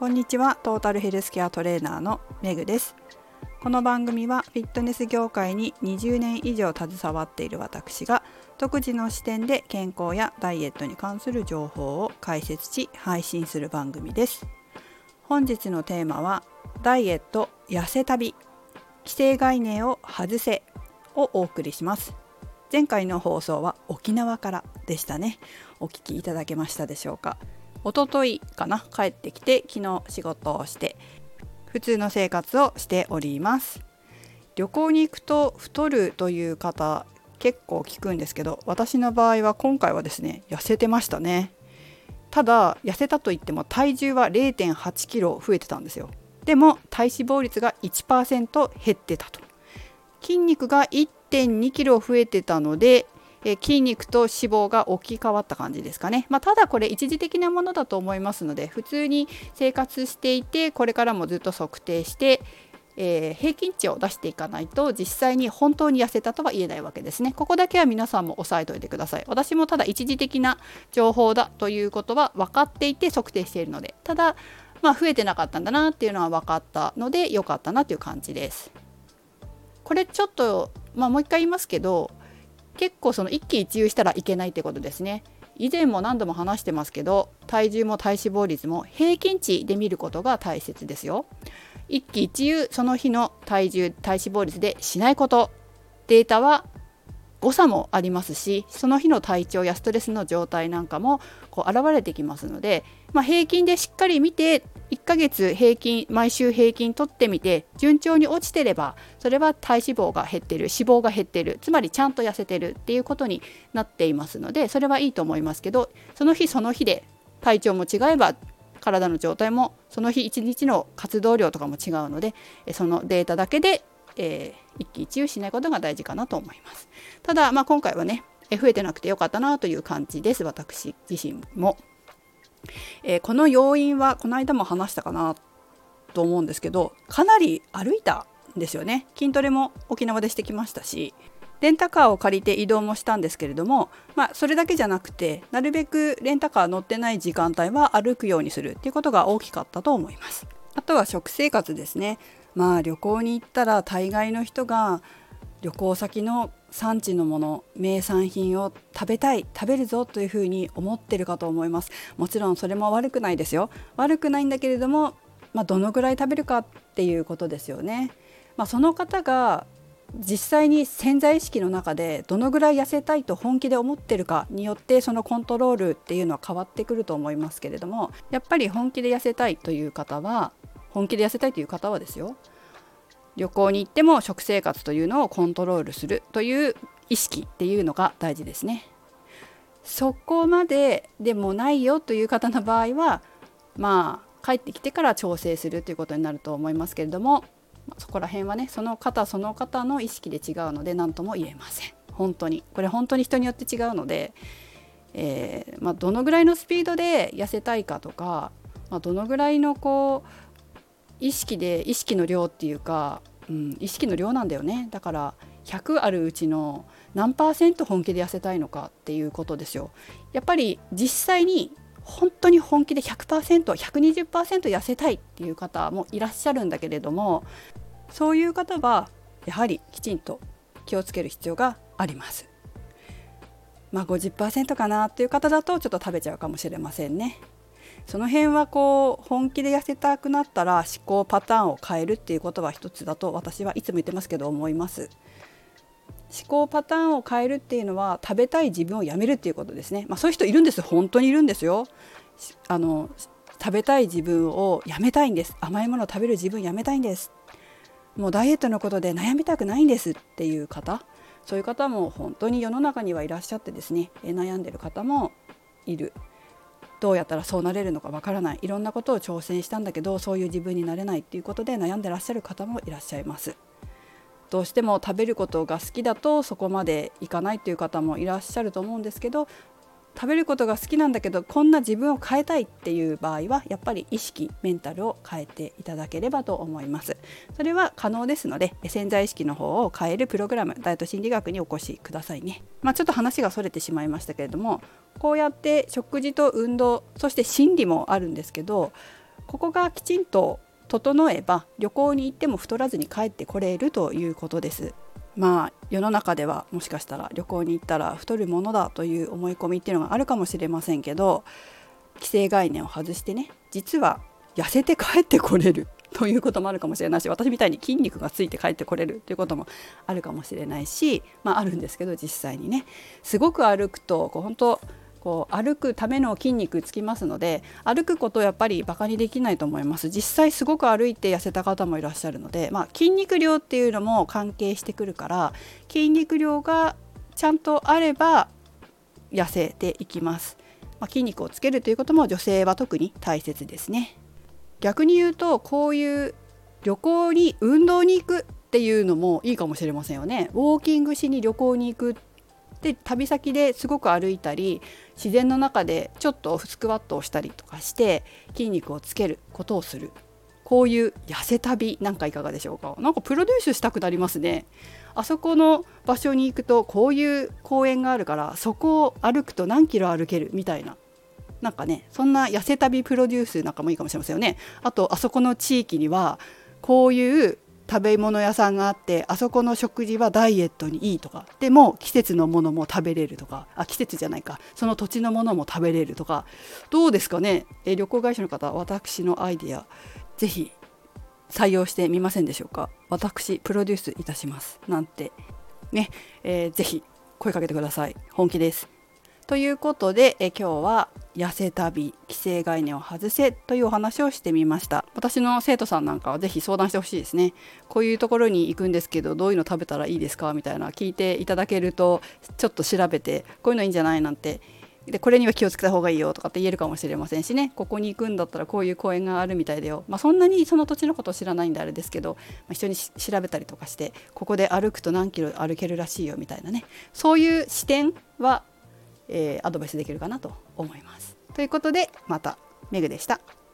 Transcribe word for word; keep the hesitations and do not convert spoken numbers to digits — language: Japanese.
こんにちは。トータルヘルスケアトレーナーのメグです。この番組はフィットネス業界ににじゅうねん以上携わっている私が独自の視点で健康やダイエットに関する情報を解説し配信する番組です。本日のテーマはダイエット痩せ旅既成概念を外せをお送りします。前回の放送は沖縄からでしたね。お聞きいただけましたでしょうか。一昨日かな、帰ってきて昨日仕事をして普通の生活をしております。旅行に行くと太るという方結構聞くんですけど、私の場合は今回はですね痩せてましたね。ただ痩せたといっても体重は れいてんはちキロ増えてたんですよ。でも体脂肪率が いちパーセント 減ってたと。筋肉が いってんにキロ増えてたのでえ筋肉と脂肪が置き換わった感じですかね。まあ、ただこれ一時的なものだと思いますので、普通に生活していてこれからもずっと測定して、えー、平均値を出していかないと実際に本当に痩せたとは言えないわけですね。ここだけは皆さんも押さえておいてください。私もただ一時的な情報だということは分かっていて測定しているので、ただまあ増えてなかったんだなっていうのは分かったので良かったなという感じです。これちょっと、まあ、もう一回言いますけど、結構その一喜一憂したらいけないってことですね。以前も何度も話してますけど、体重も体脂肪率も平均値で見ることが大切ですよ。一喜一憂その日の体重体脂肪率でしないこと、データは誤差もありますし、その日の体調やストレスの状態なんかもこう現れてきますので、まあ、平均でしっかり見ていっかげつ平均毎週平均取ってみて順調に落ちてれば、それは体脂肪が減ってる、脂肪が減ってる、つまりちゃんと痩せてるっていうことになっていますので、それはいいと思いますけど、その日その日で体調も違えば体の状態もその日一日の活動量とかも違うので、そのデータだけでえー、一喜一憂しないことが大事かなと思います。ただ、まあ、今回はね増えてなくてよかったなという感じです。私自身も、えー、この要因はこの間も話したかなと思うんですけど、かなり歩いたんですよね。筋トレも沖縄でしてきましたし、レンタカーを借りて移動もしたんですけれども、まあ、それだけじゃなくてなるべくレンタカー乗ってない時間帯は歩くようにするっていうことが大きかったと思います。あとは食生活ですね。まあ旅行に行ったら大概の人が旅行先の産地のもの、名産品を食べたい、食べるぞというふうに思ってるかと思います。もちろんそれも悪くないですよ。悪くないんだけれども、まあ、どのぐらい食べるかっていうことですよね。まあ、その方が実際に潜在意識の中でどのぐらい痩せたいと本気で思ってるかによってそのコントロールっていうのは変わってくると思いますけれども、やっぱり本気で痩せたいという方は本気で痩せたいという方はですよ、旅行に行っても食生活というのをコントロールするという意識っていうのが大事ですね。そこまででもないよという方の場合は、まあ帰ってきてから調整するということになると思いますけれども、そこら辺はねその方その方の意識で違うので何とも言えません。本当にこれ本当に人によって違うので、えーまあ、どのぐらいのスピードで痩せたいかとか、まあ、どのぐらいのこう意識で意識の量っていうか、うん、意識の量なんだよね。だからひゃくあるうちの何パーセント本気で痩せたいのかっていうことですよ。やっぱり実際に本当に本気で ひゃくパーセント、ひゃくにじゅっパーセント 痩せたいっていう方もいらっしゃるんだけれども、そういう方はやはりきちんと気をつける必要があります。まあ ごじゅっパーセント かなっていう方だとちょっと食べちゃうかもしれませんね。その辺はこう本気で痩せたくなったら思考パターンを変えるっていうことは一つだと私はいつも言ってますけど思います。思考パターンを変えるっていうのは食べたい自分をやめるっていうことですね。まあ、そういう人いるんです。本当にいるんですよ。あの食べたい自分をやめたいんです。甘いものを食べる自分やめたいんです。もうダイエットのことで悩みたくないんですっていう方、そういう方も本当に世の中にはいらっしゃってですね、悩んでる方もいる。どうやったらそうなれるのかわからない、いろんなことを挑戦したんだけどそういう自分になれないっていうことで悩んでらっしゃる方もいらっしゃいます。どうしても食べることが好きだとそこまでいかないっていう方もいらっしゃると思うんですけど、食べることが好きなんだけどこんな自分を変えたいっていう場合はやっぱり意識メンタルを変えていただければと思います。それは可能ですので潜在意識の方を変えるプログラムダイエット心理学にお越しくださいね。まあ、ちょっと話がそれてしまいましたけれども、こうやって食事と運動そして心理もあるんですけど、 ここがきちんと整えば旅行に行っても太らずに帰ってこれるということです。まあ世の中ではもしかしたら旅行に行ったら太るものだという思い込みっていうのがあるかもしれませんけど、既成概念を外してね、実は痩せて帰ってこれるということもあるかもしれないし、私みたいに筋肉がついて帰ってこれるということもあるかもしれないし、まああるんですけど、実際にねすごく歩くとこう本当こう歩くための筋肉つきますので、歩くことをやっぱりバカにできないと思います。実際すごく歩いて痩せた方もいらっしゃるので、まあ、筋肉量っていうのも関係してくるから、筋肉量がちゃんとあれば痩せていきます。まあ、筋肉をつけるということも女性は特に大切ですね。逆に言うと、こういう旅行に運動に行くっていうのもいいかもしれませんよね。ウォーキングしに旅行に行くで、旅先ですごく歩いたり自然の中でちょっとスクワットをしたりとかして筋肉をつけることをする、こういう痩せ旅なんかいかがでしょうか。なんかプロデュースしたくなりますね。あそこの場所に行くとこういう公園があるからそこを歩くと何キロ歩けるみたいな、なんかね、そんな痩せ旅プロデュースなんかもいいかもしれませんよね。あとあそこの地域にはこういう食べ物屋さんがあって、あそこの食事はダイエットにいいとか、でも季節のものも食べれるとか、あ季節じゃないかその土地のものも食べれるとか、どうですかね。え旅行会社の方、私のアイディアぜひ採用してみませんでしょうか。私プロデュースいたしますなんてね、えー、ぜひ声かけてください。本気です。ということで、え今日は痩せ旅、既成概念を外せというお話をしてみました。私の生徒さんなんかはぜひ相談してほしいですね。こういうところに行くんですけどどういうの食べたらいいですかみたいな聞いていただけると、ちょっと調べてこういうのいいんじゃないなんて、でこれには気をつけた方がいいよとかって言えるかもしれませんしね。ここに行くんだったらこういう公園があるみたいだよ、まあ、そんなにその土地のことを知らないんであれですけど、まあ、一緒に調べたりとかして、ここで歩くと何キロ歩けるらしいよみたいなね、そういう視点はえー、アドバイスできるかなと思います。ということで、またメグでした。